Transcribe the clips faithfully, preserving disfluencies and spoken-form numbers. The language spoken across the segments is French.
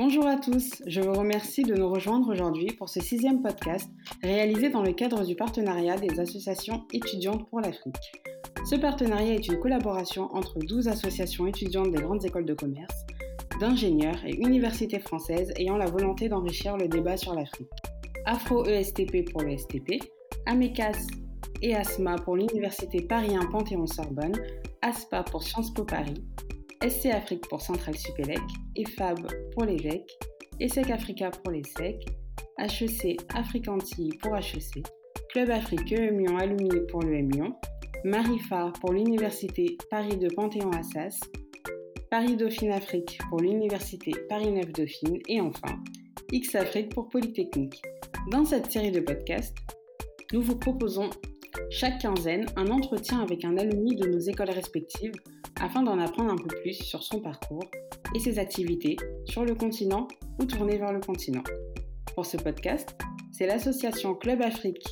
Bonjour à tous, je vous remercie de nous rejoindre aujourd'hui pour ce sixième podcast réalisé dans le cadre du partenariat des associations étudiantes pour l'Afrique. Ce partenariat est une collaboration entre douze associations étudiantes des grandes écoles de commerce, d'ingénieurs et universités françaises ayant la volonté d'enrichir le débat sur l'Afrique. Afro-E S T P pour le S T P, Amecas et ASMA pour l'Université Paris un Panthéon-Sorbonne, ASPA pour Sciences Po Paris, S C Afrique pour Centrale Supélec, E F A B pour l'E V E C, ESSEC Africa pour l'ESSEC, H E C Afrique Antilles pour H E C, Club Afrique E M Lyon Alumni pour l'E M Lyon, Marifa pour l'Université Paris deux Panthéon-Assas, Paris Dauphine Afrique pour l'Université Paris neuf Dauphine et enfin X Afrique pour Polytechnique. Dans cette série de podcasts, nous vous proposons chaque quinzaine un entretien avec un alumni de nos écoles respectives afin d'en apprendre un peu plus sur son parcours et ses activités sur le continent ou tourné vers le continent. Pour ce podcast, c'est l'association Club Afrique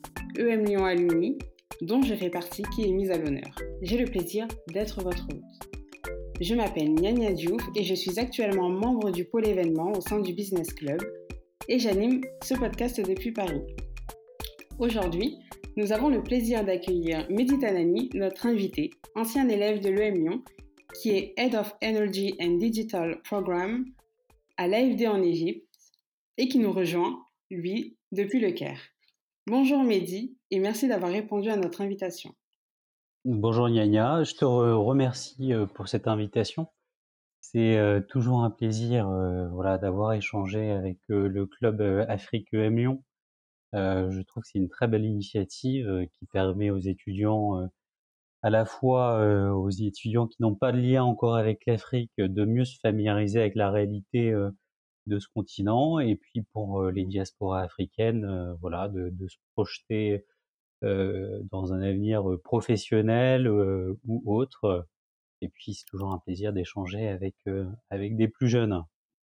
E M Lyon Alumni, dont je fais partie, qui est mise à l'honneur. J'ai le plaisir d'être votre hôte. Je m'appelle Niania Diouf et je suis actuellement membre du pôle événements au sein du Business Club et j'anime ce podcast depuis Paris. Aujourd'hui, nous avons le plaisir d'accueillir Mehdi Tanani, notre invité, ancien élève de l'E M Lyon, qui est Head of Energy and Digital Program à l'A F D en Égypte et qui nous rejoint, lui, depuis le Caire. Bonjour Mehdi et merci d'avoir répondu à notre invitation. Bonjour Niania, je te remercie pour cette invitation. C'est toujours un plaisir euh, voilà, d'avoir échangé avec euh, le club Afrique E M Lyon. Euh, je trouve que c'est une très belle initiative euh, qui permet aux étudiants, euh, à la fois euh, aux étudiants qui n'ont pas de lien encore avec l'Afrique, de mieux se familiariser avec la réalité euh, de ce continent, et puis pour euh, les diasporas africaines, euh, voilà, de, de se projeter euh, dans un avenir professionnel euh, ou autre. Et puis c'est toujours un plaisir d'échanger avec euh, avec des plus jeunes.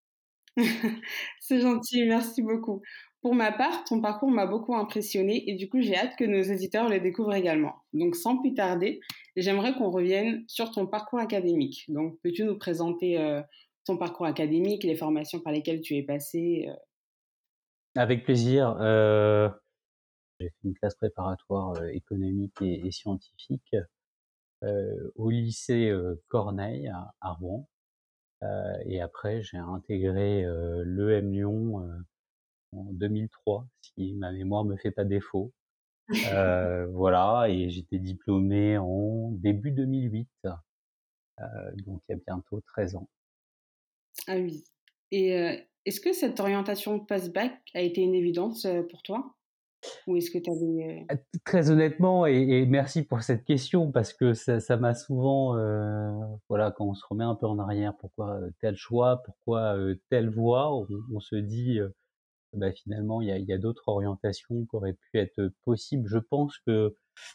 C'est gentil, merci beaucoup. Pour ma part, ton parcours m'a beaucoup impressionné et du coup, j'ai hâte que nos auditeurs le découvrent également. Donc, sans plus tarder, j'aimerais qu'on revienne sur ton parcours académique. Donc, peux-tu nous présenter euh, ton parcours académique, les formations par lesquelles tu es passé euh... Avec plaisir. Euh, j'ai fait une classe préparatoire euh, économique et, et scientifique euh, au lycée euh, Corneille à, à Rouen. Euh, et après, j'ai intégré euh, l'E M Lyon euh, en deux mille trois, si ma mémoire me fait pas défaut. Euh, voilà, et j'étais diplômé en début deux mille huit, euh, donc il y a bientôt treize ans. Ah oui. Et euh, est-ce que cette orientation post-bac a été une évidence euh, pour toi? Ou est-ce que tu avais... Euh... Très honnêtement, et, et merci pour cette question, parce que ça, ça m'a souvent, euh, voilà, quand on se remet un peu en arrière, pourquoi tel choix, pourquoi euh, telle voie, on, on se dit, euh, bah, finalement, il y a, y a d'autres orientations qui auraient pu être possibles. Je pense que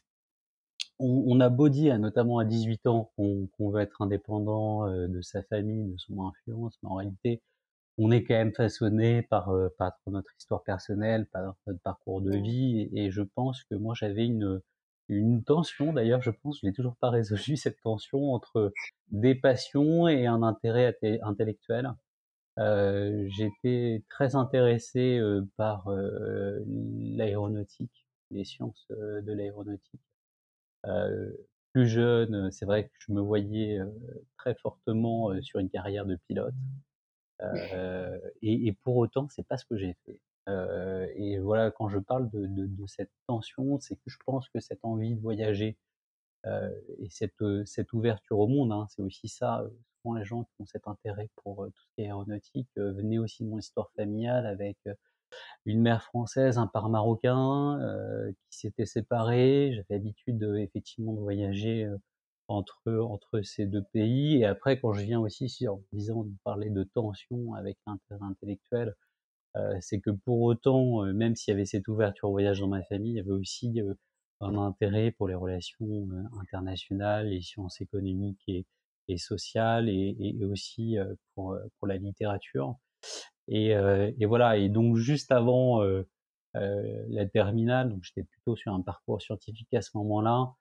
on, on a beau dire, notamment à dix-huit ans, qu'on qu'on veut être indépendant euh, de sa famille, de son influence, mais en réalité, on est quand même façonné par, euh, par notre histoire personnelle, par notre parcours de vie, et, et je pense que moi j'avais une une tension, d'ailleurs je pense, je l'ai toujours pas résolu, cette tension entre des passions et un intérêt intellectuel. Euh, j'étais très intéressé euh, par euh, l'aéronautique, les sciences euh, de l'aéronautique. Euh, plus jeune, c'est vrai que je me voyais euh, très fortement euh, sur une carrière de pilote. Euh, et, et pour autant, c'est pas ce que j'ai fait. Euh, et voilà, quand je parle de, de, de cette tension, c'est que je pense que cette envie de voyager euh, et cette, cette ouverture au monde, hein, c'est aussi ça. Souvent, les gens qui ont cet intérêt pour euh, tout ce qui est aéronautique euh, venaient aussi de mon histoire familiale avec euh, une mère française, un père marocain euh, qui s'étaient séparés. J'avais l'habitude de, effectivement de voyager euh, entre entre ces deux pays. Et après, quand je viens aussi sur, disons, de parler de tension avec l'intérêt intellectuel, euh, c'est que pour autant, euh, même s'il y avait cette ouverture au voyage dans ma famille, il y avait aussi euh, un intérêt pour les relations euh, internationales, les sciences économiques et, et sociales, et, et, et aussi euh, pour pour la littérature. Et, euh, et voilà. Et donc juste avant euh, euh, la terminale, donc j'étais plutôt sur un parcours scientifique à ce moment-là.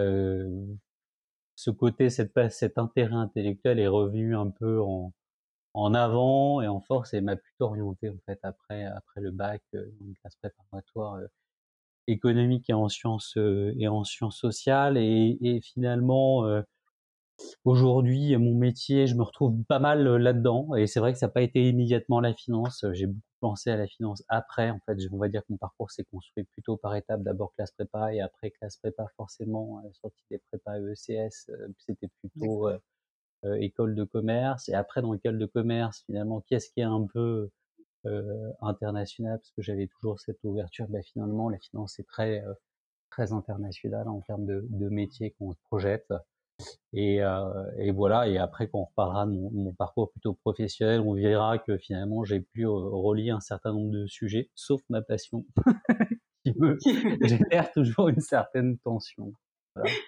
Euh, ce côté, cette, cet intérêt intellectuel est revenu un peu en, en avant et en force et m'a plutôt orienté en fait après après le bac euh, dans une classe préparatoire euh, économique et en sciences euh, et en sciences sociales et, et finalement euh, aujourd'hui mon métier je me retrouve pas mal euh, là-dedans et c'est vrai que ça n'a pas été immédiatement la finance. J'ai beaucoup pensé à la finance après en fait. On va dire que mon parcours s'est construit plutôt par étapes, d'abord classe prépa et après classe prépa forcément euh, sortie des prépa E E C S euh, c'était plutôt D'accord. euh, euh, école de commerce et après dans l'école de commerce finalement qu'est-ce qui est un peu euh, international parce que j'avais toujours cette ouverture. Bah, finalement la finance est très euh, très internationale en termes de, de métier qu'on se projette et, euh, et voilà et après quand on reparlera de mon, mon parcours plutôt professionnel on verra que finalement j'ai pu euh, relier un certain nombre de sujets sauf ma passion qui me génère toujours une certaine tension. Voilà.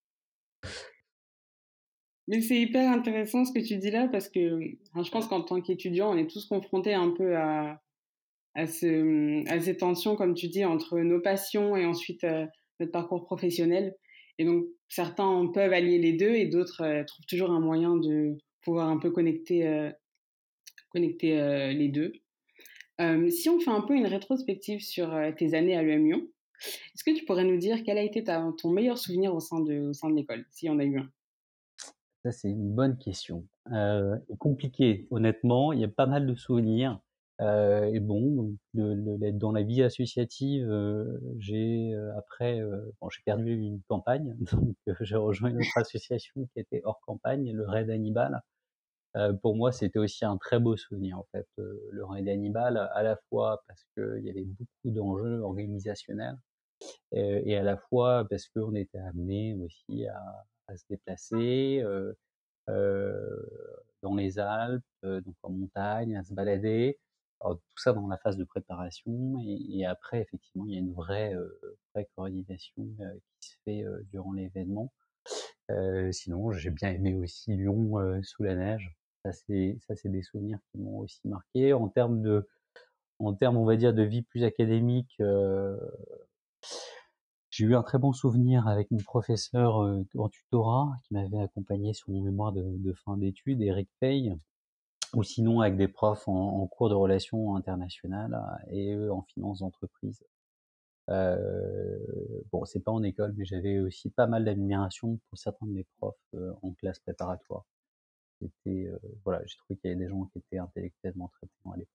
Mais c'est hyper intéressant ce que tu dis là parce que enfin, je pense qu'en tant qu'étudiant, on est tous confrontés un peu à, à, ce, à ces tensions, comme tu dis, entre nos passions et ensuite euh, notre parcours professionnel. Et donc, certains peuvent allier les deux et d'autres euh, trouvent toujours un moyen de pouvoir un peu connecter, euh, connecter euh, les deux. Euh, si on fait un peu une rétrospective sur euh, tes années à l'E M Lyon, est-ce que tu pourrais nous dire quel a été ta, ton meilleur souvenir au sein de, au sein de l'école, s'il y en a eu un? Ça, c'est une bonne question. Euh, compliqué, honnêtement. Il y a pas mal de souvenirs. Euh, et bon, donc, le, le- dans la vie associative, euh, j'ai euh, après, euh, bon, j'ai perdu une campagne, donc euh, j'ai rejoint une autre association qui était hors campagne, le Raid Hannibal. Euh, pour moi, c'était aussi un très beau souvenir en fait, euh, le Raid Hannibal, à la fois parce qu'il y avait beaucoup d'enjeux organisationnels euh, et à la fois parce qu'on était amené aussi à, à se déplacer. Euh, euh, dans les Alpes, euh, donc en montagne, à se balader. Alors, tout ça dans la phase de préparation et, et après effectivement il y a une vraie, euh, vraie coordination euh, qui se fait euh, durant l'événement. Euh, sinon j'ai bien aimé aussi Lyon euh, sous la neige. Ça c'est ça c'est des souvenirs qui m'ont aussi marqué en termes de en termes on va dire de vie plus académique. Euh, j'ai eu un très bon souvenir avec mon professeur euh, en tutorat qui m'avait accompagné sur mon mémoire de, de fin d'études, Eric Pey, ou sinon avec des profs en, en cours de relations internationales euh, et eux en finance d'entreprise. Euh, bon, c'est pas en école, mais j'avais aussi pas mal d'admiration pour certains de mes profs euh, en classe préparatoire. C'était, euh, voilà, j'ai trouvé qu'il y avait des gens qui étaient intellectuellement très bons à l'époque.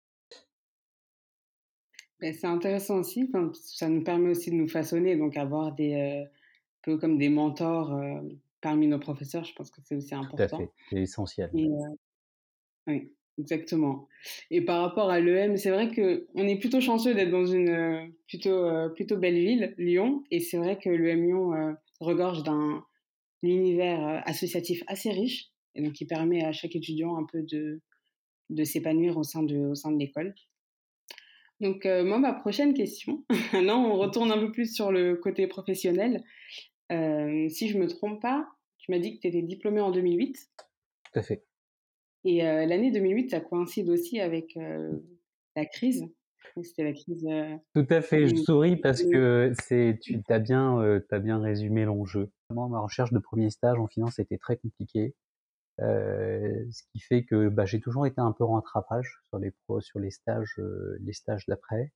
Ben, c'est intéressant aussi, enfin, ça nous permet aussi de nous façonner, donc avoir des, euh, un peu comme des mentors euh, parmi nos professeurs, je pense que c'est aussi Tout à important. fait, c'est essentiel. Et, euh, oui, exactement. Et par rapport à l'E M, c'est vrai que on est plutôt chanceux d'être dans une euh, plutôt, euh, plutôt belle ville, Lyon, et c'est vrai que l'E M Lyon euh, regorge d'un univers euh, associatif assez riche, et donc qui permet à chaque étudiant un peu de, de s'épanouir au sein de, au sein de l'école. Donc, euh, moi, ma prochaine question, là, on retourne un peu plus sur le côté professionnel. Euh, si je me trompe pas, tu m'as dit que tu étais diplômée en deux mille huit. Tout à fait. Et euh, l'année deux mille huit, ça coïncide aussi avec euh, la crise. Je crois que c'était la crise. Euh, Tout à fait, je du- souris parce que c'est, tu t'as bien, euh, t'as bien résumé l'enjeu. Moi, ma recherche de premier stage en finance était très compliquée. Euh, ce qui fait que bah, j'ai toujours été un peu en rattrapage sur les pro, sur les stages, euh, les stages d'après.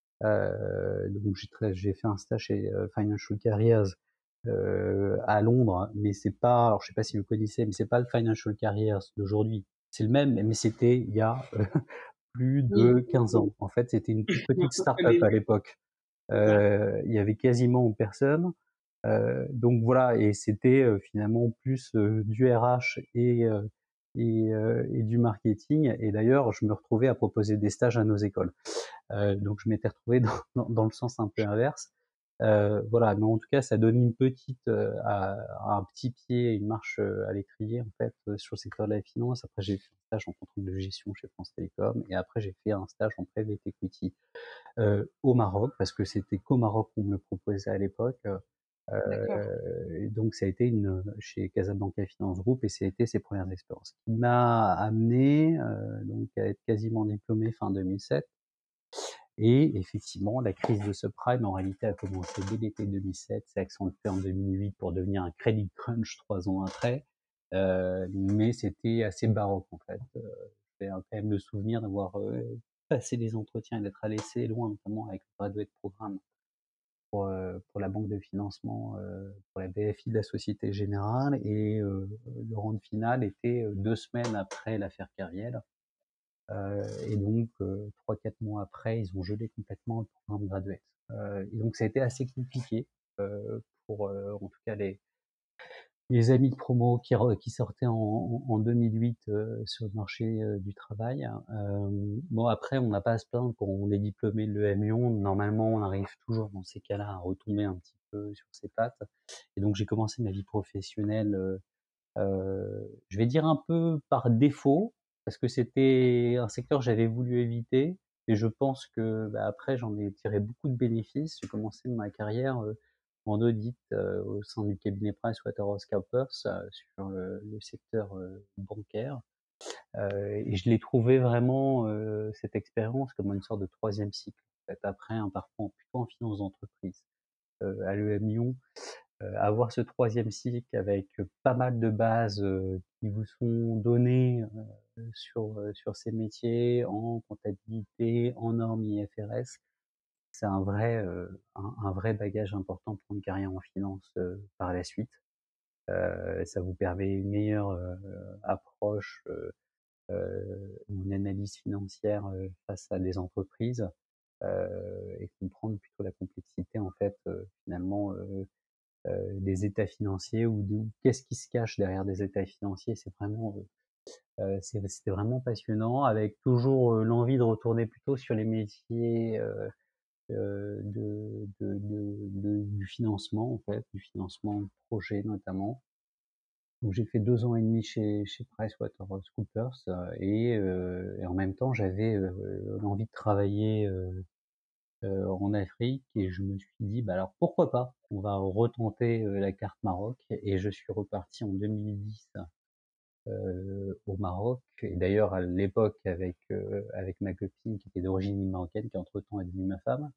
Euh, donc j'ai très- j'ai fait un stage chez euh, Financial Careers euh, à Londres, mais c'est pas, alors je sais pas si vous connaissez, mais c'est pas le Financial Careers d'aujourd'hui. C'est le même, mais c'était il y a euh, plus de Oui, quinze ans. En fait, c'était une toute petite au start-up à début, l'époque. c'est ça. Euh, il y avait quasiment personne. Euh, donc voilà, et c'était euh, finalement plus euh, du R H et, euh, et, euh, et du marketing. Et d'ailleurs, je me retrouvais à proposer des stages à nos écoles. Euh, donc je m'étais retrouvé dans, dans, dans le sens un peu inverse. Euh, voilà, mais en tout cas, ça donne une petite, euh, à, à un petit pied, une marche euh, à l'étrier en fait euh, sur le secteur de la finance. Après, j'ai fait un stage en contrôle de gestion chez France Télécom, et après j'ai fait un stage en private equity euh, au Maroc parce que c'était qu'au Maroc qu'on me le proposait à l'époque. D'accord. Euh, et donc ça a été une chez Casablanca Finance Group et ça a été ses premières expériences. Qui m'a amené euh, donc à être quasiment diplômé fin deux mille sept. Et effectivement, la crise de subprime, en réalité, a commencé dès l'été deux mille sept, s'est accentuée en deux mille huit pour devenir un credit crunch trois ans après. Euh, mais c'était assez baroque, en fait. quand même le souvenir d'avoir euh, passé des entretiens et d'être allé assez loin, notamment avec le graduate programme pour, euh, pour la banque de financement, euh, pour la B F I de la Société Générale. Et euh, le round final était euh, deux semaines après l'affaire Kerviel. Euh, et donc, euh, trois, quatre mois après, ils ont gelé complètement le programme graduate. Euh, et donc, ça a été assez compliqué euh, pour, euh, en tout cas, les, les amis de promo qui, re, qui sortaient en, en deux mille huit euh, sur le marché euh, du travail. Euh, bon, après, on n'a pas à se plaindre quand on est diplômé de l'E M Lyon. Normalement, on arrive toujours dans ces cas-là à retomber un petit peu sur ses pattes. Et donc, j'ai commencé ma vie professionnelle, euh, euh, je vais dire un peu par défaut, parce que c'était un secteur que j'avais voulu éviter. Et je pense que bah, après, j'en ai tiré beaucoup de bénéfices. J'ai commencé ma carrière euh, en audit euh, au sein du cabinet PricewaterhouseCoopers euh, sur le, le secteur euh, bancaire. Euh, et je l'ai trouvé vraiment, euh, cette expérience, comme une sorte de troisième cycle. En fait, après un parcours plutôt en finance d'entreprise euh, à l'E M Lyon, euh, avoir ce troisième cycle avec pas mal de bases euh, qui vous sont données euh, sur, euh, sur ces métiers, en comptabilité, en normes I F R S, c'est un vrai, euh, un, un vrai bagage important pour une carrière en finance euh, par la suite. Euh, ça vous permet une meilleure euh, approche, euh, euh, une analyse financière euh, face à des entreprises euh, et comprendre plutôt la complexité en fait euh, finalement euh, euh, des états financiers ou de, qu'est-ce qui se cache derrière des états financiers. C'est vraiment euh, c'est, c'était vraiment passionnant, avec toujours euh, l'envie de retourner plutôt sur les métiers euh, euh, de, de, de, de, du financement en fait, du financement de projet notamment. Donc j'ai fait deux ans et demi chez, chez PricewaterhouseCoopers euh, et, euh, et en même temps j'avais euh, l'envie de travailler euh, euh, en Afrique et je me suis dit bah alors pourquoi pas, on va retenter euh, la carte Maroc et je suis reparti en deux mille dix euh, au Maroc et d'ailleurs à l'époque avec euh, avec ma copine qui était d'origine marocaine qui entre-temps est devenue ma femme.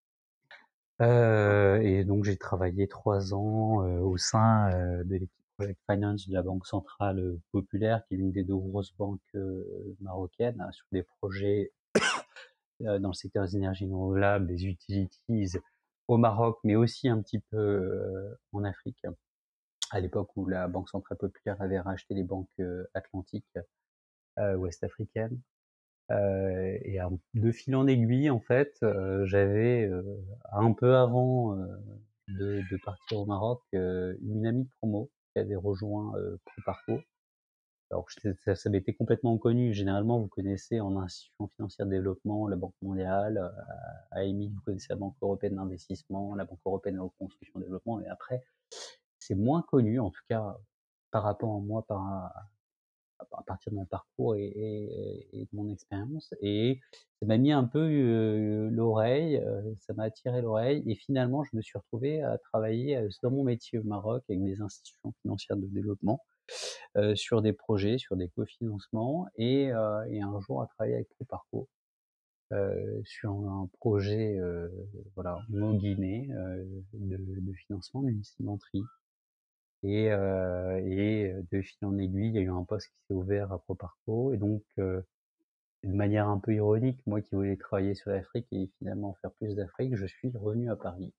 Euh, et donc j'ai travaillé trois ans euh, au sein euh, de l'équipe Project Finance de la Banque Centrale Populaire, qui est l'une des deux grosses banques euh, marocaines, hein, sur des projets euh, dans le secteur des énergies renouvelables, des utilities au Maroc, mais aussi un petit peu euh, en Afrique, à l'époque où la Banque Centrale Populaire avait racheté les banques euh, atlantiques euh, ouest-africaines. Euh, et de fil en aiguille, en fait, euh, j'avais euh, un peu avant euh, de, de partir au Maroc euh, une amie de promo qui avait rejoint euh, Proparco. Alors ça, ça m'était complètement inconnu. Généralement, vous connaissez en institution financière de développement la Banque mondiale, euh, A M I, vous connaissez la Banque européenne d'investissement, la Banque européenne de reconstruction et développement. Et après, c'est moins connu, en tout cas par rapport à moi, par à partir de mon parcours et, et, et de mon expérience. Et ça m'a mis un peu euh, l'oreille, euh, ça m'a attiré l'oreille. Et finalement, je me suis retrouvé à travailler euh, dans mon métier au Maroc avec des institutions financières de développement euh, sur des projets, sur des cofinancements et, euh, et un jour à travailler avec Proparco euh, sur un projet euh, voilà, en Guinée euh, de, de financement d'une cimenterie. Et, euh, et de fil en aiguille, il y a eu un poste qui s'est ouvert à Proparco. Et donc, euh, de manière un peu ironique, moi qui voulais travailler sur l'Afrique et finalement faire plus d'Afrique, je suis revenu à Paris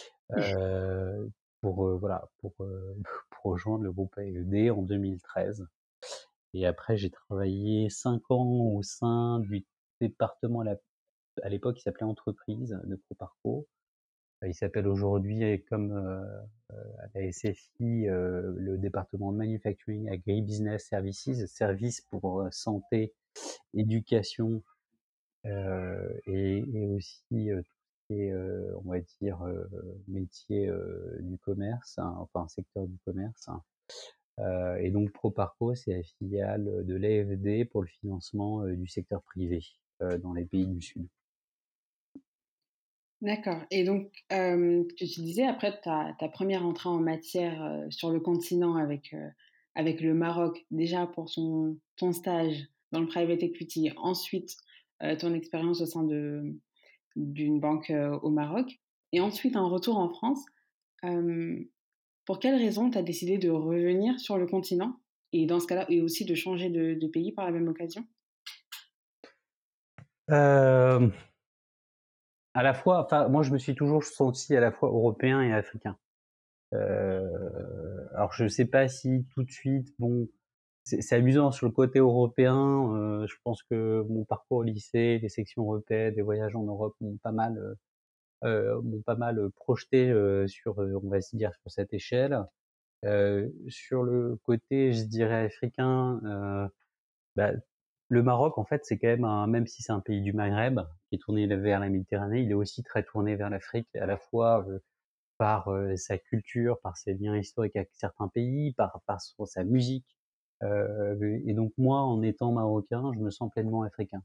euh, pour euh, voilà pour, euh, pour rejoindre le groupe A F D en deux mille treize. Et après, j'ai travaillé cinq ans au sein du département à l'époque qui s'appelait Entreprise de Proparco. Il s'appelle aujourd'hui, comme euh, à la S F I, euh, le département de Manufacturing Agribusiness Services, services pour euh, santé, éducation euh, et, et aussi euh, tout ce qui est, euh, on va dire, euh, métier euh, du commerce, hein, enfin secteur du commerce. Hein. Euh, et donc Proparco, c'est la filiale de l'A F D pour le financement euh, du secteur privé euh, dans les pays du Sud. D'accord. Et donc, euh, tu disais, après ta, ta première entrée en matière euh, sur le continent avec, euh, avec le Maroc, déjà pour son, ton stage dans le private equity, ensuite euh, ton expérience au sein de, d'une banque euh, au Maroc, et ensuite un retour en France. Euh, pour quelle raison tu as décidé de revenir sur le continent et dans ce cas-là, et aussi de changer de, de pays par la même occasion? Hem, à la fois, enfin, moi, je me suis toujours senti à la fois européen et africain. Heu, alors je sais pas si tout de suite, bon, c'est c'est amusant sur le côté européen, heu, je pense que mon parcours au lycée, les sections européennes, les voyages en Europe m'ont pas mal, heu heu, m'ont pas mal, heu, projeté, heu, sur, heu, on va se dire sur cette échelle. Heu, sur le côté, je dirais africain, heu, bah, le Maroc en fait, c'est quand même un, même si c'est un pays du Maghreb, qui est tourné vers la Méditerranée, il est aussi très tourné vers l'Afrique, à la fois, heu, par, heu, sa culture, par ses liens historiques avec certains pays, par par son sa musique, heu et donc moi, en étant marocain, je me sens pleinement africain.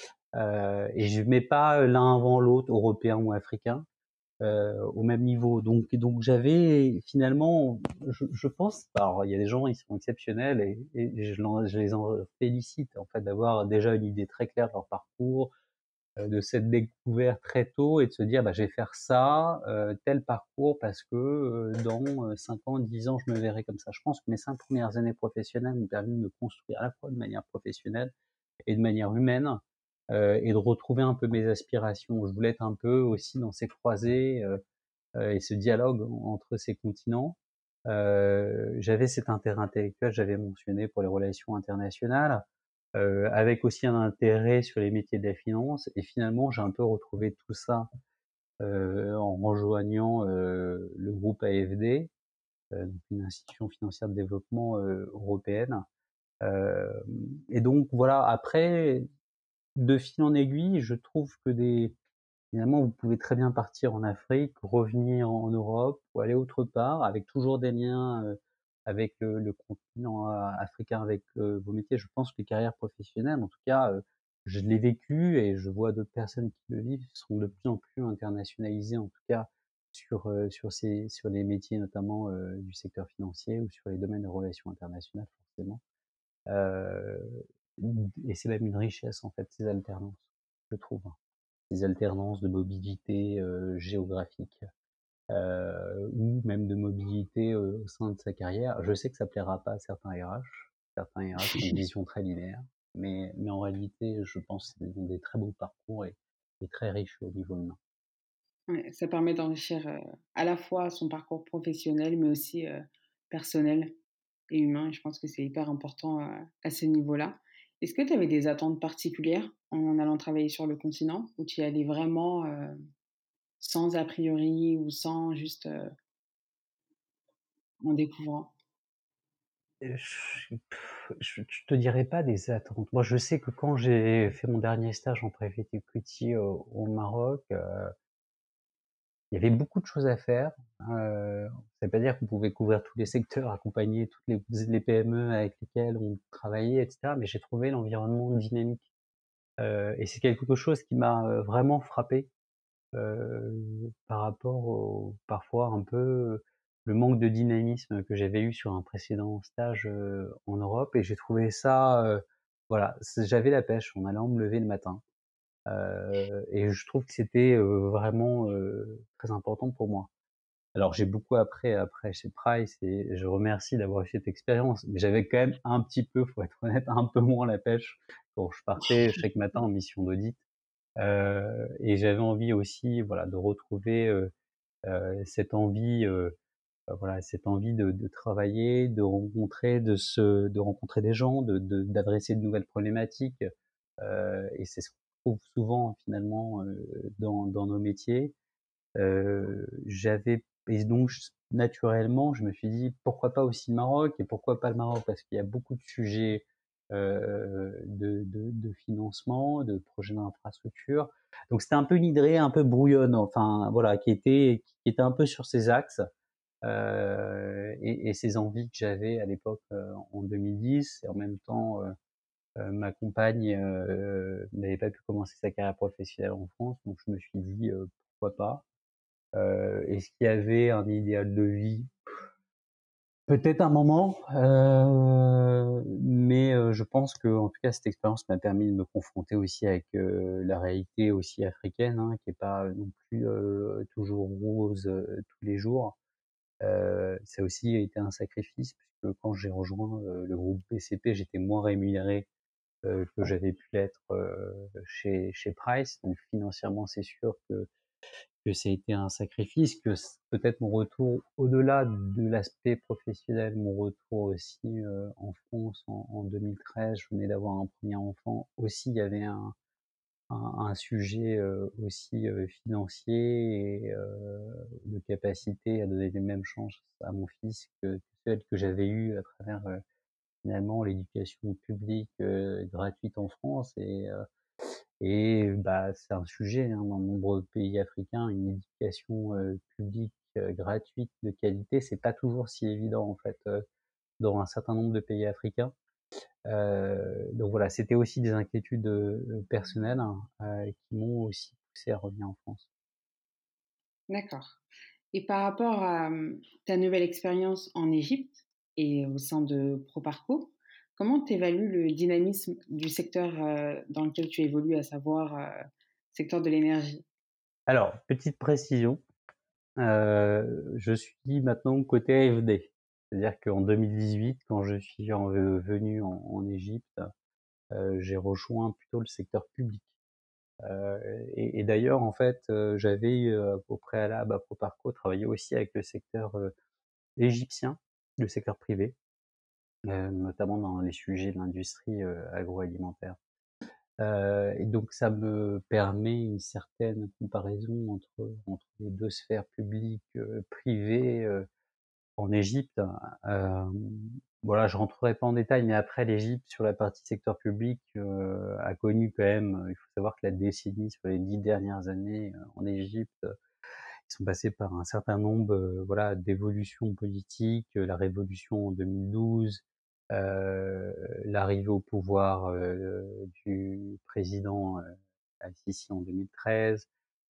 Heu et je mets pas l'un avant l'autre, européen ou africain, heu, au même niveau. Donc donc j'avais finalement, je je pense, alors il y a des gens, ils sont exceptionnels et et je l'en je les en félicite, en fait, d'avoir déjà une idée très claire de leur parcours, heu, de s'être découvert très tôt et de se dire: «Bah, je vais faire ça, heu, tel parcours parce que, heu, dans, heu, cinq ans, dix ans, je me verrai comme ça». Je pense que mes cinq premières années professionnelles m'ont permis de me construire à la fois de manière professionnelle et de manière humaine, heu et de retrouver un peu mes aspirations. Je voulais être un peu aussi dans ces croisées, heu heu et ce dialogue entre ces continents. Heu, j'avais cet intérêt intellectuel, j'avais mentionné, pour les relations internationales, heu, avec aussi un intérêt sur les métiers de la finance et finalement j'ai un peu retrouvé tout ça, heu, en rejoignant, heu, le groupe A F D, heu, donc une institution financière de développement, heu, européenne. Hem et donc voilà, après, de fil en aiguille, je trouve que des finalement, vous pouvez très bien partir en Afrique, revenir en Europe ou aller autre part avec toujours des liens, heu, avec le le continent a africain, avec, heu, vos métiers. Je pense que les carrières professionnelles, en tout cas, heu, je l'ai vécu et je vois d'autres personnes qui le vivent, sont de plus en plus internationalisées, en tout cas sur, heu, sur ces sur les métiers notamment, heu, du secteur financier ou sur les domaines de relations internationales forcément. Heu, et c'est même une richesse, en fait, ces alternances, je trouve. Des alternances de mobilité, heu, géographique, heu, ou même de mobilité, heu, au sein de sa carrière. Je sais que ça plaira pas à certains R H. Certains R H ont une vision très linéaire, mais mais en réalité, je pense qu'ils ont des très beaux parcours et et très riches au niveau humain. Ouais, ça permet d'enrichir, heu, à la fois son parcours professionnel, mais aussi, heu, personnel et humain et je pense que c'est hyper important, heu, à ce niveau-là. Est-ce que tu avais des attentes particulières en allant travailler sur le continent ou tu y allais vraiment, heu, sans a priori ou sans juste, heu, en découvrant? Heu, je je je te dirais pas des attentes. Moi, je sais que quand j'ai fait mon dernier stage en private equity au au Maroc, heu il y avait beaucoup de choses à faire. Heu, ça veut pas dire qu'on pouvait couvrir tous les secteurs, accompagner toutes les les P M E avec lesquelles on travaillait et cetera, mais j'ai trouvé l'environnement dynamique. Heu et c'est quelque chose qui m'a, heu, vraiment frappé, heu, par rapport au parfois un peu le manque de dynamisme que j'avais eu sur un précédent stage, heu, en Europe et j'ai trouvé ça, heu, voilà, c'est j'avais la pêche en allant me lever le matin. Heu et je trouve que c'était, heu, vraiment, heu, très important pour moi. Alors j'ai beaucoup appris après chez Price et je remercie d'avoir eu cette expérience, mais j'avais quand même un petit peu, faut être honnête, un peu moins la pêche quand je partais chaque matin en mission d'audit. Heu et j'avais envie aussi, voilà, de retrouver, heu heu, cette envie, heu heu, voilà, cette envie de de travailler, de rencontrer, de se de rencontrer des gens, de de d'adresser de nouvelles problématiques, heu et c'est ce qu'on trouve souvent finalement, heu, dans dans nos métiers. Heu, j'avais et donc j naturellement, je me suis dit: «Pourquoi pas aussi le Maroc?» et pourquoi pas le Maroc? Parce qu'il y a beaucoup de sujets, heu, de de de financement, de projets d'infrastructure. Donc c'était un peu une idée un peu brouillonne, enfin voilà, qui était qui était un peu sur ces axes, heu et et ces envies que j'avais à l'époque, heu, en deux mille dix et en même temps, heu heu, ma compagne, heu, n'avait pas pu commencer sa carrière professionnelle en France, donc je me suis dit, heu: «Pourquoi pas?» Heu, est-ce qu'il y avait un idéal de vie? Peut-être un moment, heu, mais heu, je pense qu'en tout cas cette expérience m'a permis de me confronter aussi avec, heu, la réalité aussi africaine, hein, qui est pas non plus, heu, toujours rose, heu, tous les jours. Heu, ça a aussi été un sacrifice puisque quand j'ai rejoint, heu, le groupe B C P, j'étais moins rémunéré, euh, que j'avais pu l'être euh, chez, chez Price. Donc financièrement, c'est sûr que, que ça a été un sacrifice, que peut-être mon retour, au-delà de l'aspect professionnel, mon retour aussi euh, en France en, en deux mille treize, je venais d'avoir un premier enfant, aussi il y avait un, un, un sujet euh, aussi euh, financier et euh, de capacité à donner les mêmes chances à mon fils que celle que j'avais eue à travers euh, finalement l'éducation publique euh, gratuite en France et euh, et bah c'est un sujet hein, dans de nombreux pays africains une éducation euh, publique euh, gratuite de qualité c'est pas toujours si évident en fait euh, dans un certain nombre de pays africains euh, donc voilà c'était aussi des inquiétudes euh, personnelles hein, euh, qui m'ont aussi poussé à revenir en France. D'accord. Et par rapport à hum, ta nouvelle expérience en Égypte et au sein de Proparco, comment tu évalues le dynamisme du secteur euh, dans lequel tu évolues, à savoir euh, secteur de l'énergie? Alors petite précision. Euh, je suis maintenant côté A F D. C'est-à-dire qu'en deux mille dix-huit, quand je suis en- euh, venu en, en Égypte, euh, j'ai rejoint plutôt le secteur public. Euh, et, et d'ailleurs, en fait, euh, j'avais euh, au préalable à Proparco travaillé aussi avec le secteur euh, égyptien, le secteur privé, euh, notamment dans les sujets de l'industrie euh, agroalimentaire. Euh, et donc ça me permet une certaine comparaison entre, entre les deux sphères publiques, euh, privées, euh, en Égypte. Euh, voilà, je rentrerai pas en détail, mais après l'Égypte sur la partie secteur public euh, a connu quand même. Il faut savoir que la décennie sur les dix dernières années euh, en Égypte, ils sont passés par un certain nombre, euh, voilà, d'évolutions politiques. La révolution en deux mille douze, euh, l'arrivée au pouvoir euh, du président euh, Al-Sisi en deux mille treize.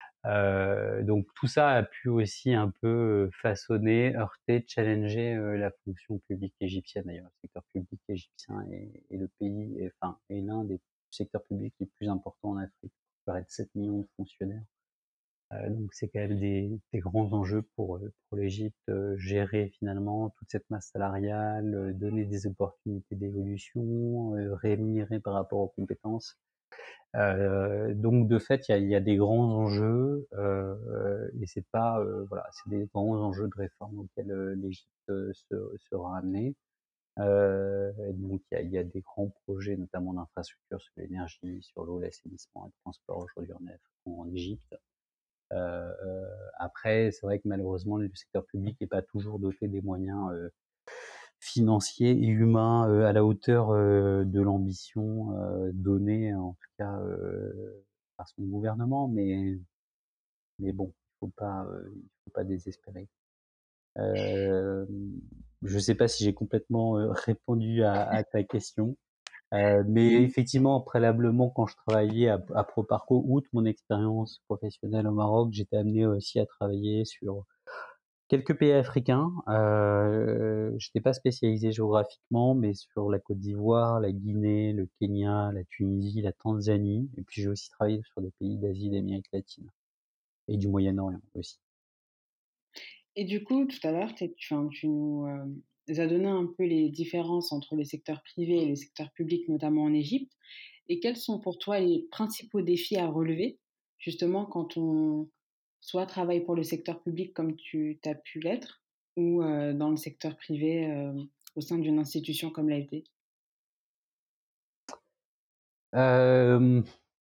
Euh, donc tout ça a pu aussi un peu façonner, heurter, challenger euh, la fonction publique égyptienne. D'ailleurs, le secteur public égyptien est, est le pays, est, enfin, est l'un des secteurs publics les plus importants en Afrique. Il paraît de sept millions de fonctionnaires. Euh, donc c'est quand même des, des grands enjeux pour pour l'Égypte, euh, gérer finalement toute cette masse salariale, euh, donner des opportunités d'évolution, euh, rémunérer par rapport aux compétences. Euh, donc de fait, il y a, il y a des grands enjeux euh, et c'est pas euh, voilà, c'est des grands enjeux de réforme auxquels euh, l'Égypte euh, se, sera amenée. Euh, et donc il y a, il y a des grands projets, notamment d'infrastructures sur l'énergie, sur l'eau, l'assainissement et le transport aujourd'hui en, en Égypte. Euh, après, c'est vrai que malheureusement, le secteur public n'est pas toujours doté des moyens euh, financiers et humains euh, à la hauteur euh, de l'ambition euh, donnée, en tout cas euh, par son gouvernement. Mais mais bon, il faut pas euh, il faut pas désespérer. Euh, je sais pas si j'ai complètement euh, répondu à, à ta question. Euh, mais effectivement, préalablement, quand je travaillais à, à Proparco, outre mon expérience professionnelle au Maroc, j'étais amené aussi à travailler sur quelques pays africains. Euh, je n'étais pas spécialisé géographiquement, mais sur la Côte d'Ivoire, la Guinée, le Kenya, la Tunisie, la Tanzanie. Et puis j'ai aussi travaillé sur des pays d'Asie et d'Amérique latine et du Moyen-Orient aussi. Et du coup, tout à l'heure, t'es- tu, enfin, tu nous euh, as donné un peu les différences entre le secteur privé et le secteur public, notamment en Égypte. Et quels sont pour toi les principaux défis à relever, justement, quand on soit travaille pour le secteur public comme tu as pu l'être, ou euh, dans le secteur privé euh, au sein d'une institution comme l'A F D? Euh,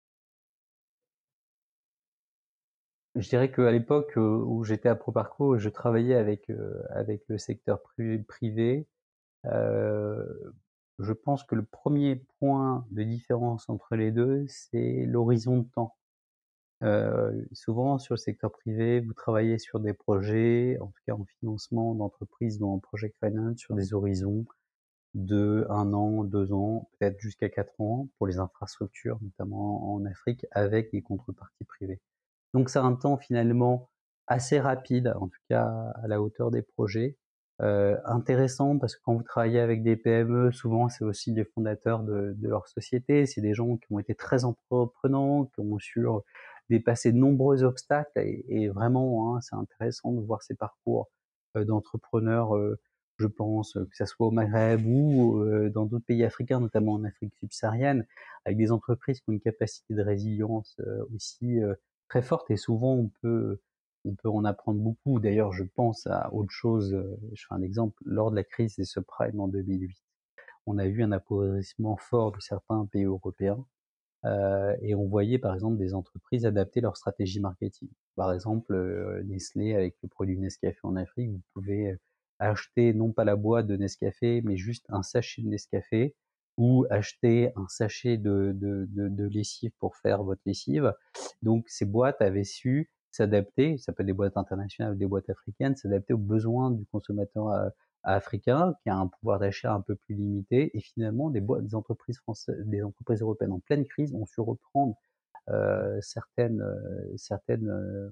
je dirais qu'à l'époque euh, où j'étais à Proparco, je travaillais avec euh, avec le secteur pri- privé. Euh, je pense que le premier point de différence entre les deux, c'est l'horizon de temps. Euh, souvent sur le secteur privé, vous travaillez sur des projets, en tout cas en financement d'entreprises ou en project finance, sur des horizons de un an, deux ans, peut-être jusqu'à quatre ans pour les infrastructures, notamment en Afrique, avec des contreparties privées. Donc c'est un temps finalement assez rapide, en tout cas à la hauteur des projets. Euh, intéressant parce que quand vous travaillez avec des P M E, souvent c'est aussi les fondateurs de, de leur société, c'est des gens qui ont été très entreprenants, qui ont su dépasser de nombreux obstacles et, et vraiment hein, c'est intéressant de voir ces parcours euh, d'entrepreneurs euh, je pense, que ça soit au Maghreb ou euh, dans d'autres pays africains, notamment en Afrique subsaharienne, avec des entreprises qui ont une capacité de résilience euh, aussi euh, très forte. Et souvent, on peut, on peut en apprendre beaucoup. D'ailleurs, je pense à autre chose. euh, Je fais un exemple. Lors de la crise des subprimes en deux mille huit, on a vu un appauvrissement fort de certains pays européens. Euh, et on voyait par exemple des entreprises adapter leur stratégie marketing. Par exemple, euh, Nestlé avec le produit Nescafé en Afrique, vous pouvez euh, acheter non pas la boîte de Nescafé, mais juste un sachet de Nescafé, ou acheter un sachet de, de, de, de lessive pour faire votre lessive. Donc ces boîtes avaient su s'adapter, ça peut être des boîtes internationales ou des boîtes africaines, s'adapter aux besoins du consommateur euh, africain qui a un pouvoir d'achat un peu plus limité, et finalement des boîtes, des entreprises françaises, des entreprises européennes en pleine crise ont su reprendre euh, certaines, euh, certaines, euh,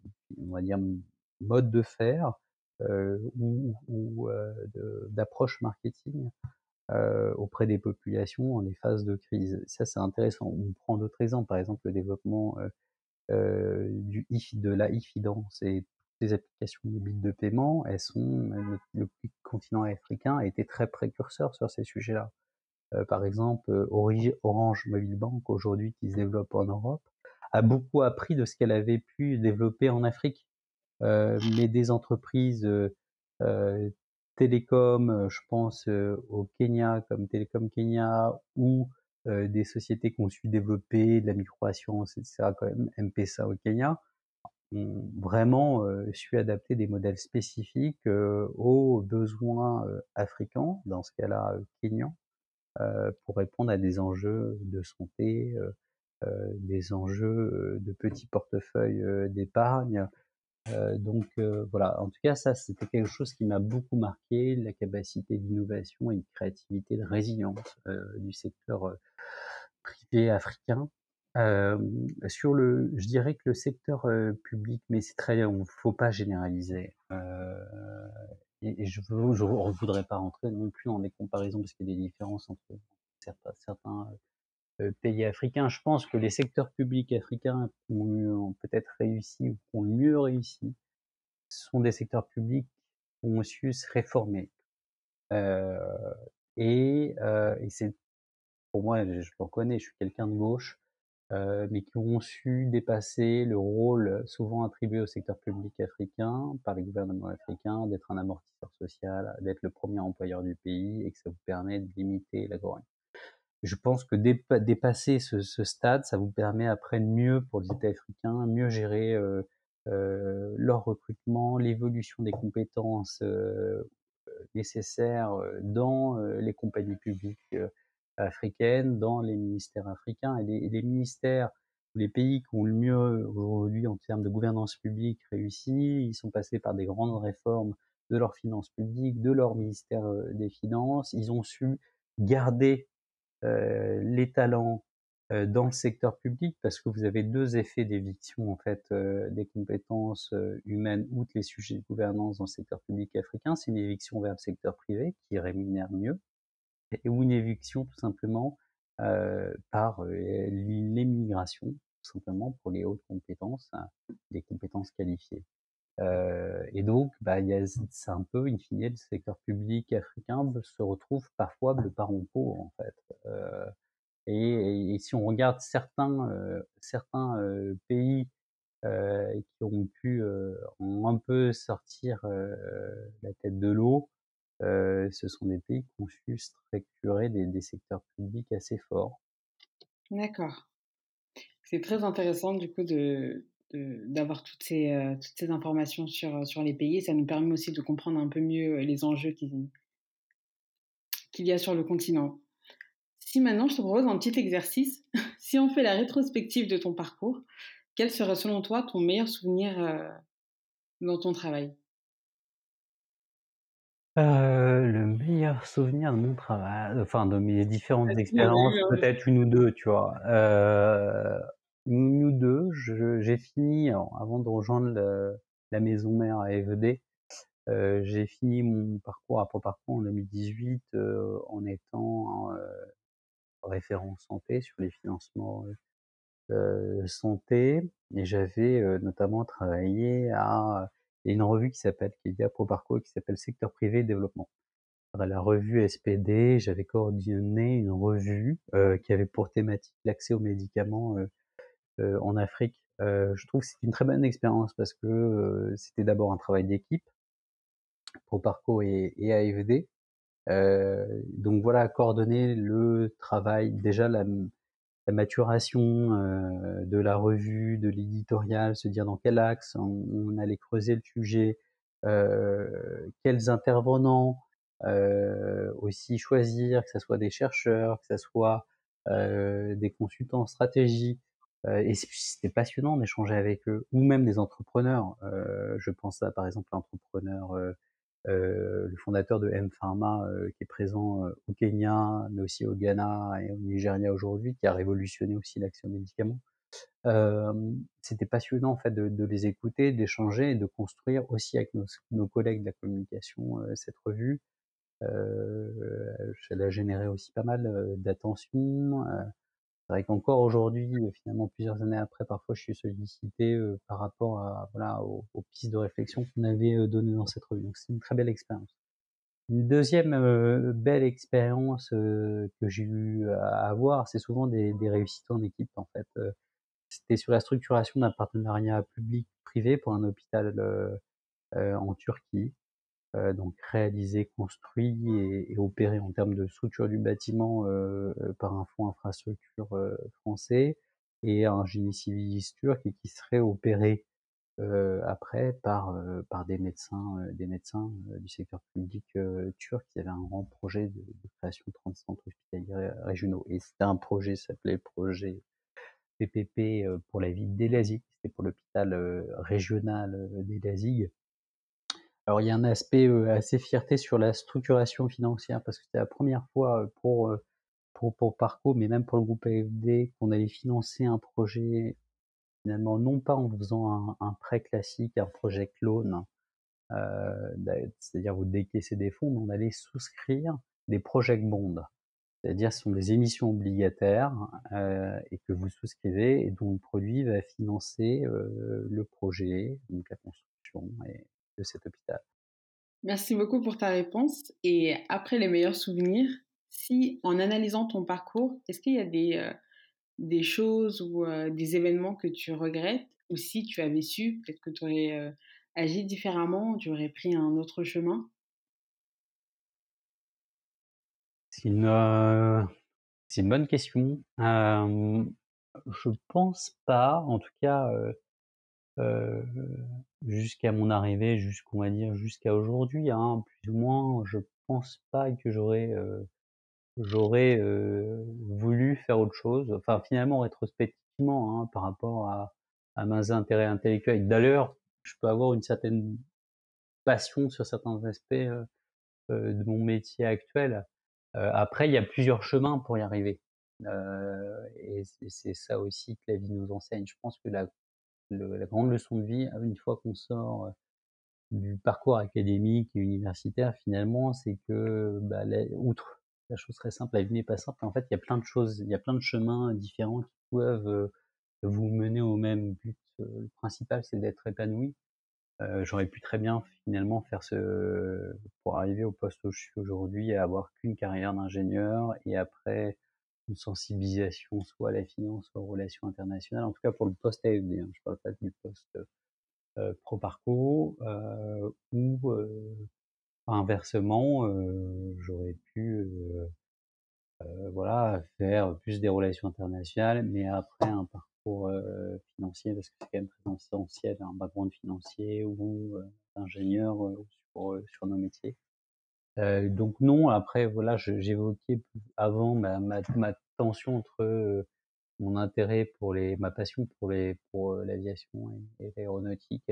on va dire modes de faire euh, ou, ou euh, d'approche marketing euh, auprès des populations en des phases de crise. Ça c'est intéressant. On prend d'autres exemples, par exemple le développement euh, euh, du IF, de la e-finance et les applications mobiles de paiement, elles sont, le, le continent africain a été très précurseur sur ces sujets-là. Euh, par exemple, euh, Orange Mobile Bank, aujourd'hui qui se développe en Europe, a beaucoup appris de ce qu'elle avait pu développer en Afrique. Euh, mais des entreprises euh, euh, télécom, euh, je pense euh, au Kenya comme Télécom Kenya, ou euh, des sociétés qui ont su développer de la microassurance, et cetera, quand même M-Pesa au Kenya, ont vraiment euh, su adapter des modèles spécifiques euh, aux besoins euh, africains, dans ce cas-là euh, kenyans, euh, pour répondre à des enjeux de santé, euh, euh, des enjeux euh, de petits portefeuilles euh, d'épargne. Euh, donc euh, voilà, en tout cas ça c'était quelque chose qui m'a beaucoup marqué, la capacité d'innovation et de créativité, de résilience euh, du secteur euh, privé africain. Euh, sur le, je dirais que le secteur euh, public, mais c'est très, on faut pas généraliser. Euh, et, et je veux, je voudrais pas rentrer non plus dans des comparaisons parce qu'il y a des différences entre certains, certains euh, pays africains. Je pense que les secteurs publics africains ont, ont peut-être réussi ou ont mieux réussi sont des secteurs publics qui ont su se réformer. Euh, et euh, et c'est, pour moi, je, je le reconnais, je suis quelqu'un de gauche, euh, mais qui ont su dépasser le rôle souvent attribué au secteur public africain par les gouvernements africains d'être un amortisseur social, d'être le premier employeur du pays, et que ça vous permet de limiter la grogne. Je pense que dépa dépasser ce, ce stade, ça vous permet après de mieux, pour les États africains, mieux gérer euh, euh, leur recrutement, l'évolution des compétences euh, nécessaires euh, dans euh, les compagnies publiques euh, africaines, dans les ministères africains. Et les, et les ministères ou les pays qui ont le mieux aujourd'hui en termes de gouvernance publique réussi, ils sont passés par des grandes réformes de leurs finances publiques, de leur ministère euh, des Finances. Ils ont su garder euh, les talents euh, dans le secteur public, parce que vous avez deux effets d'éviction en fait euh, des compétences euh, humaines outre les sujets de gouvernance dans le secteur public africain. C'est une éviction vers le secteur privé qui rémunère mieux, et ou une éviction tout simplement euh, par euh, l'émigration, tout simplement pour les hautes compétences, hein, les compétences qualifiées. Euh, et donc, bah, il y a, c'est un peu, in fine, le secteur public africain se retrouve parfois le parent pauvre, en fait. Euh, et, et, si on regarde certains, euh, certains euh, pays euh, qui ont pu euh, ont un peu sortir euh, la tête de l'eau, euh, ce sont des pays qui ont su structurer des, des secteurs publics assez forts. D'accord. C'est très intéressant du coup de, de- d'avoir toutes ces, euh, toutes ces informations sur, sur les pays. Ça nous permet aussi de comprendre un peu mieux les enjeux qu'il qu'il y a sur le continent. Si maintenant je te propose un petit exercice, si on fait la rétrospective de ton parcours, quel serait selon toi ton meilleur souvenir euh, dans ton travail? Euh, le meilleur souvenir de mon travail, enfin de mes différentes Parce qu'il y en a expériences, eu, hein. peut-être une ou deux, tu vois. Euh, une ou deux. Je- j'ai fini, alors, avant de rejoindre le- la maison mère à F D, euh, j'ai fini mon parcours après parcours en deux mille dix-huit euh, en étant euh, référent santé sur les financements euh, santé, et j'avais euh, notamment travaillé à et une revue qui s'appelle, qui est liée à Proparco, qui s'appelle Secteur privé développement. À la revue S P D, j'avais coordonné une revue euh, qui avait pour thématique l'accès aux médicaments euh, euh, en Afrique. Euh, je trouve que c'était une très bonne expérience parce que euh, c'était d'abord un travail d'équipe, Proparco et, et A F D. Euh, donc voilà, coordonner le travail, déjà la, la maturation euh, de la revue, de l'éditorial, se dire dans quel axe on, on allait creuser le sujet, euh, quels intervenants euh, aussi choisir, que ce soit des chercheurs, que ce soit euh, des consultants en stratégie. Euh, et c'était passionnant d'échanger avec eux, ou même des entrepreneurs. Euh, je pense à par exemple l'entrepreneur euh, euh, le fondateur de M Pharma, euh, qui est présent euh, au Kenya, mais aussi au Ghana et au Nigeria aujourd'hui, qui a révolutionné aussi l'accès aux médicaments. Euh, C'était passionnant en fait de, de les écouter, d'échanger et de construire aussi avec nos, nos collègues de la communication euh, cette revue. Euh, elle a généré aussi pas mal euh, d'attention. Euh, c'est vrai qu'encore aujourd'hui, euh, finalement plusieurs années après, parfois je suis sollicité euh, par rapport à voilà aux, aux pistes de réflexion qu'on avait euh, données dans cette revue. Donc c'est une très belle expérience. Une deuxième euh, belle expérience euh, que j'ai eu à avoir, c'est souvent des, des réussites en équipe en fait. Euh, c'était sur la structuration d'un partenariat public-privé pour un hôpital euh, euh, en Turquie, euh, donc réalisé, construit et, et opéré en termes de structure du bâtiment euh, par un fonds infrastructure euh, français et un génie civil turc et qui serait opéré euh, après par euh, par des médecins euh, des médecins euh, du secteur public euh, turc qui avaient un grand projet de, de création de trente centres hospitaliers régionaux et c'était un projet ça s'appelait le projet P P P euh, pour la ville d'Elazig, c'était pour l'hôpital euh, régional euh, d'Elazig. Alors il y a un aspect euh, assez fierté sur la structuration financière parce que c'était la première fois euh, pour euh, pour pour Parco mais même pour le groupe A F D qu'on allait financer un projet finalement non pas en faisant un, un prêt classique, un projet clone, euh, c'est-à-dire vous décaissez des fonds, mais on allait souscrire des project bonds, c'est-à-dire ce sont des émissions obligataires euh, et que vous souscrivez et dont le produit va financer euh, le projet, donc la construction et, de cet hôpital. Merci beaucoup pour ta réponse. Et après les meilleurs souvenirs, si en analysant ton parcours, est-ce qu'il y a des, euh, des choses ou euh, des événements que tu regrettes, ou si tu avais su, peut-être que tu aurais euh, agi différemment, tu aurais pris un autre chemin? C'est une, euh, c'est une bonne question. Euh, je pense pas, en tout cas, euh, euh, jusqu'à mon arrivée, jusqu'on va dire jusqu'à aujourd'hui, hein, plus ou moins, je pense pas que j'aurais euh, j'aurais euh, voulu faire autre chose. Enfin, finalement, rétrospectivement, hein, par rapport à, à mes intérêts intellectuels. D'ailleurs, je peux avoir une certaine passion sur certains aspects euh, euh, de mon métier actuel. Euh, après, il y a plusieurs chemins pour y arriver. Euh, et c'est c'est ça aussi que la vie nous enseigne. Je pense que la, le- la grande leçon de vie, une fois qu'on sort euh, du parcours académique et universitaire, finalement, c'est que, bah, la- outre la chose très simple, la vie n'est pas simple. En fait, il y a plein de choses, il y a plein de chemins différents qui peuvent euh, vous mener au même but. Euh, Le principal, c'est d'être épanoui. Euh, j'aurais pu très bien finalement faire ce, pour arriver au poste où je suis aujourd'hui, avoir qu'une carrière d'ingénieur et après une sensibilisation soit à la finance, soit aux relations internationales. En tout cas pour le poste A F D, hein, je parle pas du poste euh, pro parcours euh, ou euh, inversement, euh, j'aurais pu euh, euh, voilà faire plus des relations internationales, mais après un parcours euh, financier parce que c'est quand même très essentiel, un background financier ou euh, ingénieur euh, sur, euh, sur nos métiers. Euh, donc non, après voilà, j'évoquais avant ma, ma, ma tension entre euh, mon intérêt pour les, ma passion pour les, pour euh, l'aviation et, et l'aéronautique.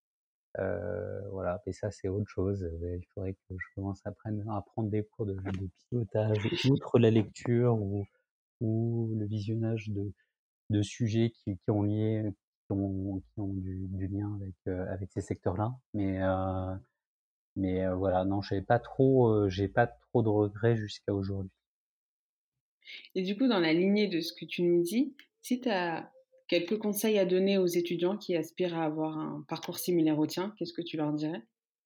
Euh, voilà, et ça c'est autre chose. Euh, Il faudrait que je commence à prendre, à prendre des cours de, de pilotage, outre la lecture ou, ou le visionnage de, de sujets qui, qui ont lié, qui ont, qui ont du, du lien avec, euh, avec ces secteurs-là. Mais, euh, mais euh, voilà, non, j'ai pas trop, euh, j'ai pas trop de regrets jusqu'à aujourd'hui. Et du coup, dans la lignée de ce que tu nous dis, si tu as quelques conseils à donner aux étudiants qui aspirent à avoir un parcours similaire au tien, qu'est-ce que tu leur dirais?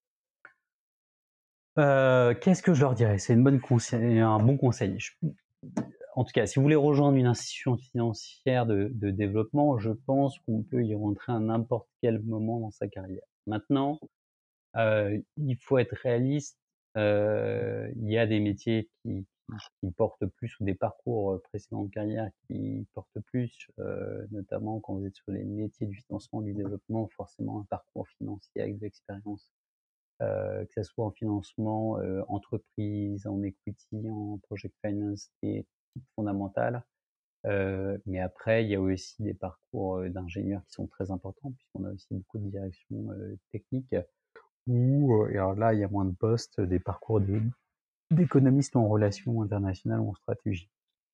Heu, qu'est-ce que je leur dirais? C'est une bonne conseil un bon conseil. Je En tout cas, si vous voulez rejoindre une institution financière de de développement, je pense qu'on peut y rentrer à n'importe quel moment dans sa carrière. Maintenant, heu, il faut être réaliste, heu, il y a des métiers qui qui qui portent plus ou des parcours, heu, précédents de carrière qui portent plus, heu, notamment quand vous êtes sur les métiers du financement, du développement, forcément un parcours financier avec de l'expérience, heu, que ça soit en financement, heu, entreprise, en equity, en project finance qui est fondamental. Heu, mais après, il y a aussi des parcours, heu, d'ingénieurs qui sont très importants puisqu'on a aussi beaucoup de directions, heu, techniques où, heu, et alors là, il y a moins de postes, des parcours de d'économistes en relations internationales ou en stratégie.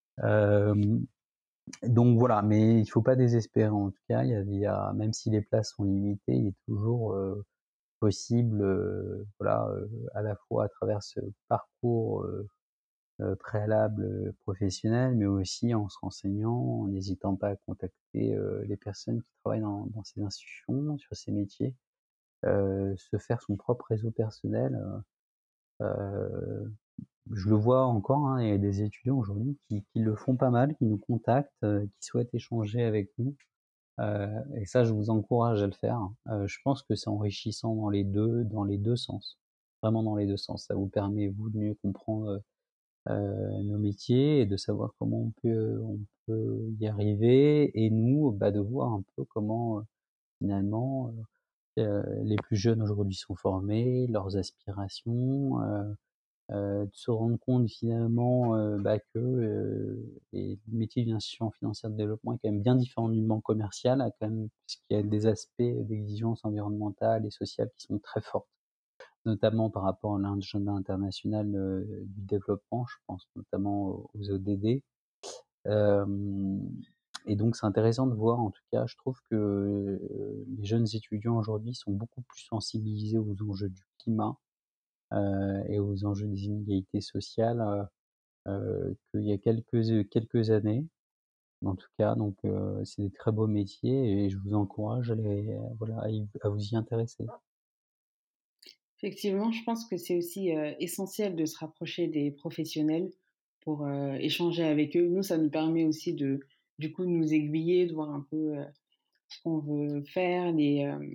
Hem, donc voilà, mais il faut pas désespérer en tout cas, il y a il y a même si les places sont limitées, il est toujours, heu, possible, heu, voilà, heu, à la fois à travers ce parcours, heu heu, préalable, heu, professionnel, mais aussi en se renseignant, en n'hésitant pas à contacter, heu, les personnes qui travaillent dans dans ces institutions, sur ces métiers, heu, se faire son propre réseau personnel, heu heu, je le vois encore, hein, il y a des étudiants aujourd'hui qui qui le font pas mal, qui nous contactent, heu, qui souhaitent échanger avec nous, heu et ça, je vous encourage à le faire. Heu, je pense que c'est enrichissant dans les deux dans les deux sens, vraiment dans les deux sens. Ça vous permet, vous, de mieux comprendre, heu, nos métiers et de savoir comment on peut on peut y arriver et nous, bah, de voir un peu comment, heu, finalement, heu les plus jeunes aujourd'hui sont formés, leurs aspirations, heu heu, de se rendre compte finalement, heu, bah, que, heu, les métiers d'une institution financière de développement est quand même bien différent d'une banque commerciale, a quand même puisqu'il y a des aspects d'exigence environnementale et sociale qui sont très fortes, notamment par rapport à l'agenda international, heu, du développement, je pense notamment aux aux O D D. Hem et donc c'est intéressant de voir en tout cas, je trouve que, heu, les jeunes étudiants aujourd'hui sont beaucoup plus sensibilisés aux enjeux du climat, heu et aux enjeux des inégalités sociales, heu heu, qu'il y a quelques, quelques années. En tout cas, donc heu, c'est des très beaux métiers et je vous encourage à les voilà, à y à vous y intéresser. Effectivement, je pense que c'est aussi, heu, essentiel de se rapprocher des professionnels pour, heu, échanger avec eux. Nous, ça nous permet aussi de du coup, de nous aiguiller, de voir un peu, heu, ce qu'on veut faire, les, hem,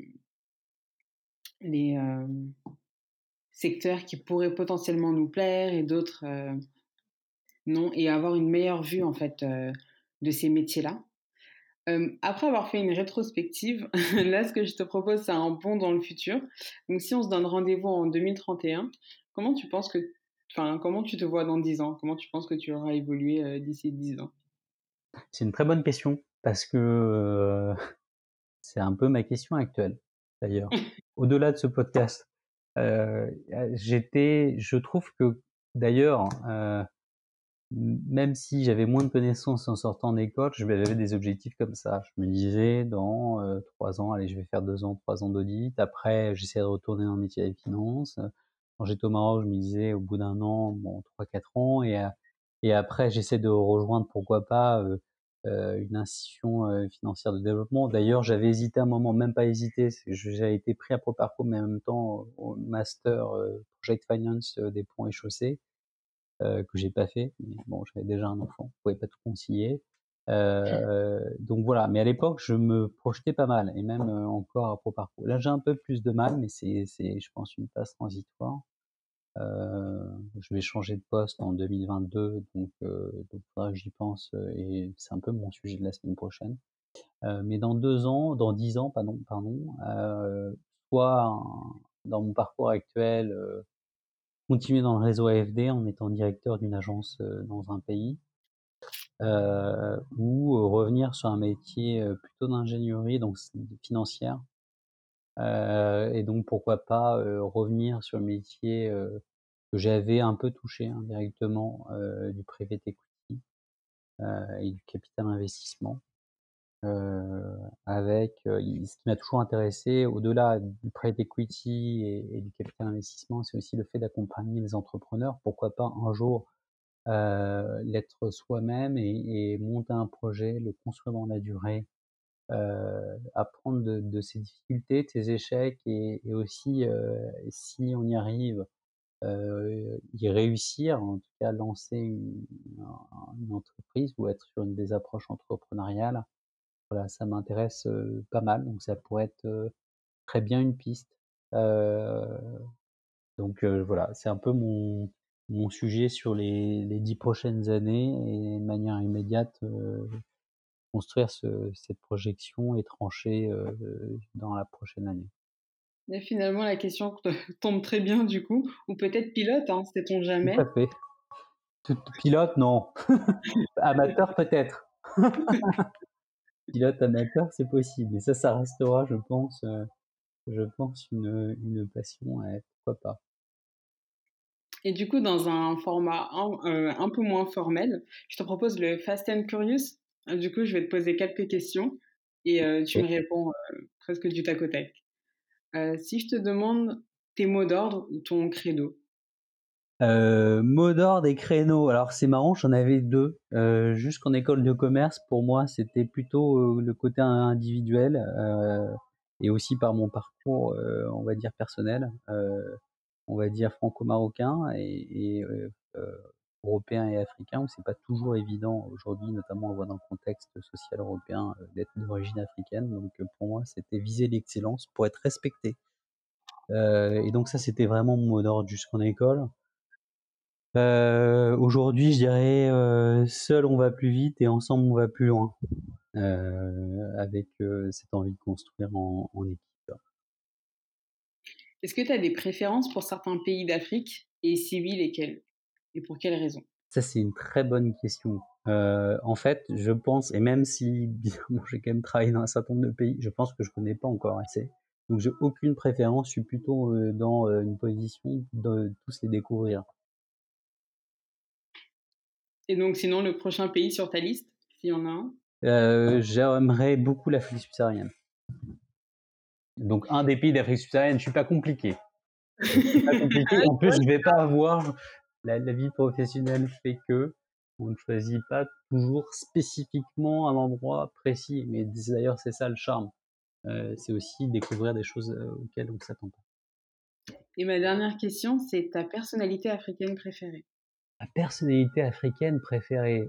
les, hem, secteurs qui pourraient potentiellement nous plaire et d'autres, heu, non et avoir une meilleure vue en fait, heu, de ces métiers-là. Hem, après avoir fait une rétrospective, là, ce que je te propose, c'est un bond dans le futur. Donc si on se donne rendez-vous en deux mille trente et un, comment tu penses que enfin, comment tu te vois dans dix ans? Comment tu penses que tu auras évolué, heu, d'ici dix ans? C'est une très bonne question parce que, heu, c'est un peu ma question actuelle, d'ailleurs. Au-delà de ce podcast, heu, j'étais je trouve que d'ailleurs, heu M même si j'avais moins de connaissances en sortant d'école, je j'avais des objectifs comme ça. Je me disais dans, heu, trois ans, allez, je vais faire deux ans, trois ans d'audit. Après, j'essaie de retourner dans le métier des finances. Quand j'étais au Maroc, je me disais au bout d'un an, bon trois quatre ans et heu et après j'essaie de rejoindre pourquoi pas, heu heu, une institution, heu, financière de développement. D'ailleurs, j'avais hésité un moment, même pas hésité, c'est que j'avais été pris à Proparco, mais en même temps au master, heu, Project Finance, heu, des ponts et chaussées heu, que j'ai pas fait. Mais bon, j'avais déjà un enfant, je pouvais pas tout concilier. Heu, donc voilà, mais à l'époque, je me projetais pas mal et même, heu, encore à Proparco. Là, j'ai un peu plus de mal, mais c'est c'est je pense une phase transitoire. Heu, je vais changer de poste en deux mille vingt-deux, donc heu, donc faudra que j'y pense, heu et c'est un peu mon sujet de la semaine prochaine. Heu, mais dans deux ans, dans dix ans, pardon pardon, heu, soit un dans mon parcours actuel, heu continuer dans le réseau A F D en étant directeur d'une agence, heu, dans un pays, heu, ou, heu, revenir sur un métier, heu, plutôt d'ingénierie donc s financière, heu et donc pourquoi pas, heu, revenir sur le métier, heu, que j'avais un peu touché indirectement, heu, du private equity, heu et du capital investissement, heu, avec, heu, il ce qui m'a toujours intéressé au-delà du private equity et et du capital investissement, c'est aussi le fait d'accompagner les entrepreneurs. Pourquoi pas un jour heu, l'être soi-même et et monter un projet, le construire dans la durée, euh, apprendre de, de ses difficultés, de ses échecs, et, et aussi, euh, si on y arrive, euh, y réussir, en tout cas lancer une, une entreprise ou être sur une des approches entrepreneuriales. Voilà, ça m'intéresse euh, pas mal, donc ça pourrait être euh, très bien une piste. Euh, donc euh, voilà, c'est un peu mon, mon sujet sur les, les dix prochaines années, et de manière immédiate, euh, construire ce, cette projection et trancher euh, dans la prochaine année. Et finalement, la question tombe très bien du coup, ou peut-être pilote, hein, sait-on Tout jamais. à fait. Tout, pilote, non. Amateur, peut-être. Pilote amateur, c'est possible. Et ça, ça restera, je pense, euh, je pense une, une passion. Ouais, pourquoi pas. Et du coup, dans un format un, euh, un peu moins formel, je te propose le Fast and Curious. Du coup, je vais te poser quelques questions et euh, tu Et, me réponds euh, presque du tac au tac. Euh, si je te demande tes mots d'ordre ou ton credo. Euh, mot d'ordre et créneaux. Alors c'est marrant, j'en avais deux. Euh, jusqu'en école de commerce, pour moi, c'était plutôt euh, le côté individuel, euh, et aussi par mon parcours, euh, on va dire personnel, euh, on va dire franco-marocain et, et euh, euh, européen et africain, où c'est pas toujours évident aujourd'hui, notamment on le voit dans le contexte social européen, euh, d'être d'origine africaine. Donc euh, pour moi, c'était viser l'excellence pour être respecté. Euh, et donc ça, c'était vraiment mon mot d'ordre jusqu'en école. Euh, aujourd'hui, je dirais euh, seul on va plus vite et ensemble on va plus loin, euh, avec euh, cette envie de construire en, en équipe. Est-ce que tu as des préférences pour certains pays d'Afrique et si oui, lesquels? Et pour quelles raisons? Ça, c'est une très bonne question. Euh, en fait, je pense, et même si bizarrement j'ai quand même travaillé dans un certain nombre de pays, je pense que je connais pas encore assez. Donc j'ai aucune préférence, je suis plutôt euh, dans euh, une position de tous les découvrir. Et donc, sinon, le prochain pays sur ta liste, s'il y en a un? Euh, j'aimerais beaucoup l'Afrique subsaharienne. Donc un des pays d'Afrique subsaharienne, je suis pas compliqué. C'est pas compliqué. En plus, je vais pas avoir la, la vie professionnelle fait que on ne choisit pas toujours spécifiquement un endroit précis. Mais d'ailleurs, c'est ça le charme. Euh, c'est aussi découvrir des choses euh, auxquelles on ne s'attend pas. Et ma dernière question, c'est ta personnalité africaine préférée. Ma personnalité africaine préférée,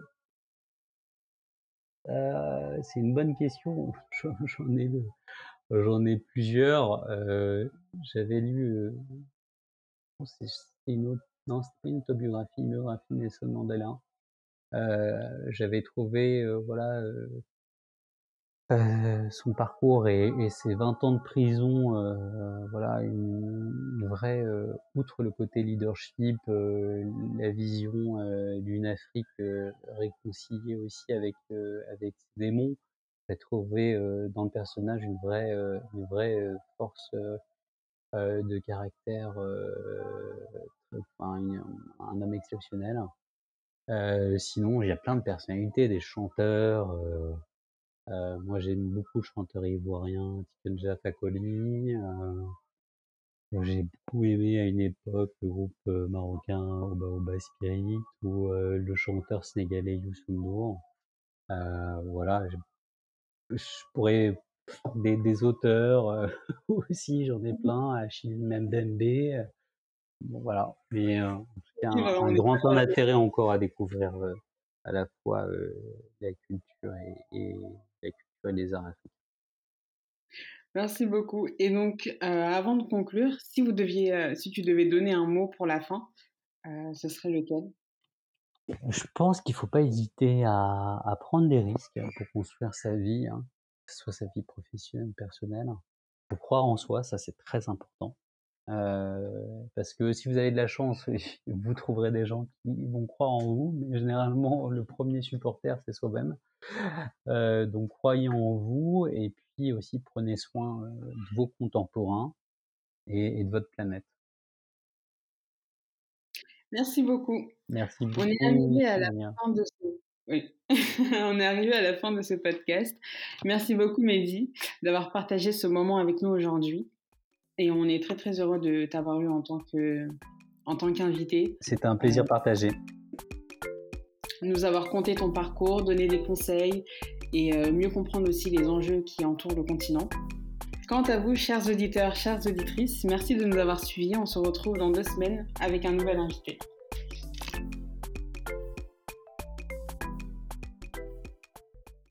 euh, c'est une bonne question. J'en ai, j'en ai plusieurs. Euh, j'avais lu, euh, c'est une autre, non, c'était pas une autobiographie, une biographie de Nelson Mandela. Euh, j'avais trouvé, euh, voilà, euh, euh, son parcours et, et ses vingt ans de prison, euh, voilà, une, une vraie, euh, outre le côté leadership, euh, la vision euh, d'une Afrique euh, réconciliée aussi avec euh, avec ses démons. J'ai trouvé euh, dans le personnage une vraie, euh, une vraie euh, force euh, euh, de caractère, euh, enfin, une, un homme exceptionnel. Euh, sinon, il y a plein de personnalités, des chanteurs. Euh, euh, moi, j'aime beaucoup le chanteur ivoirien Tiken Fakoli. Euh, j'ai beaucoup aimé à une époque le groupe euh, marocain Oba Oba Spirit ou euh, le chanteur sénégalais Youssou N'Dour. Euh, voilà, je, je pourrais des, des auteurs euh, aussi, j'en ai plein, Achille Mbembe. Bon, voilà, mais euh, en tout cas, un, On un est grand sur la- intérêt encore à découvrir euh, à la fois euh, la culture et, et la culture et les arts africains. Merci beaucoup. Et donc, euh, avant de conclure, si vous deviez, euh, si tu devais donner un mot pour la fin, euh, ce serait lequel? Je pense qu'il faut pas hésiter à, à prendre des risques pour construire sa vie, hein, que ce soit sa vie professionnelle ou personnelle. Il faut croire en soi, ça c'est très important. Euh, parce que si vous avez de la chance, vous trouverez des gens qui vont croire en vous, mais généralement le premier supporter c'est soi-même. Euh, donc croyez en vous et puis aussi prenez soin euh, de vos contemporains et, et de votre planète. Merci beaucoup. Merci On est beaucoup, arrivé à la Sonia. fin de ce... Oui. On est arrivé à la fin de ce podcast. Merci beaucoup, Mehdi, d'avoir partagé ce moment avec nous aujourd'hui. Et on est très, très heureux de t'avoir eu en tant que, en tant qu'invité, C'était un plaisir euh, partagé. nous avoir conté ton parcours, donné des conseils et euh, mieux comprendre aussi les enjeux qui entourent le continent. Quant à vous, chers auditeurs, chères auditrices, merci de nous avoir suivis. On se retrouve dans deux semaines avec un nouvel invité.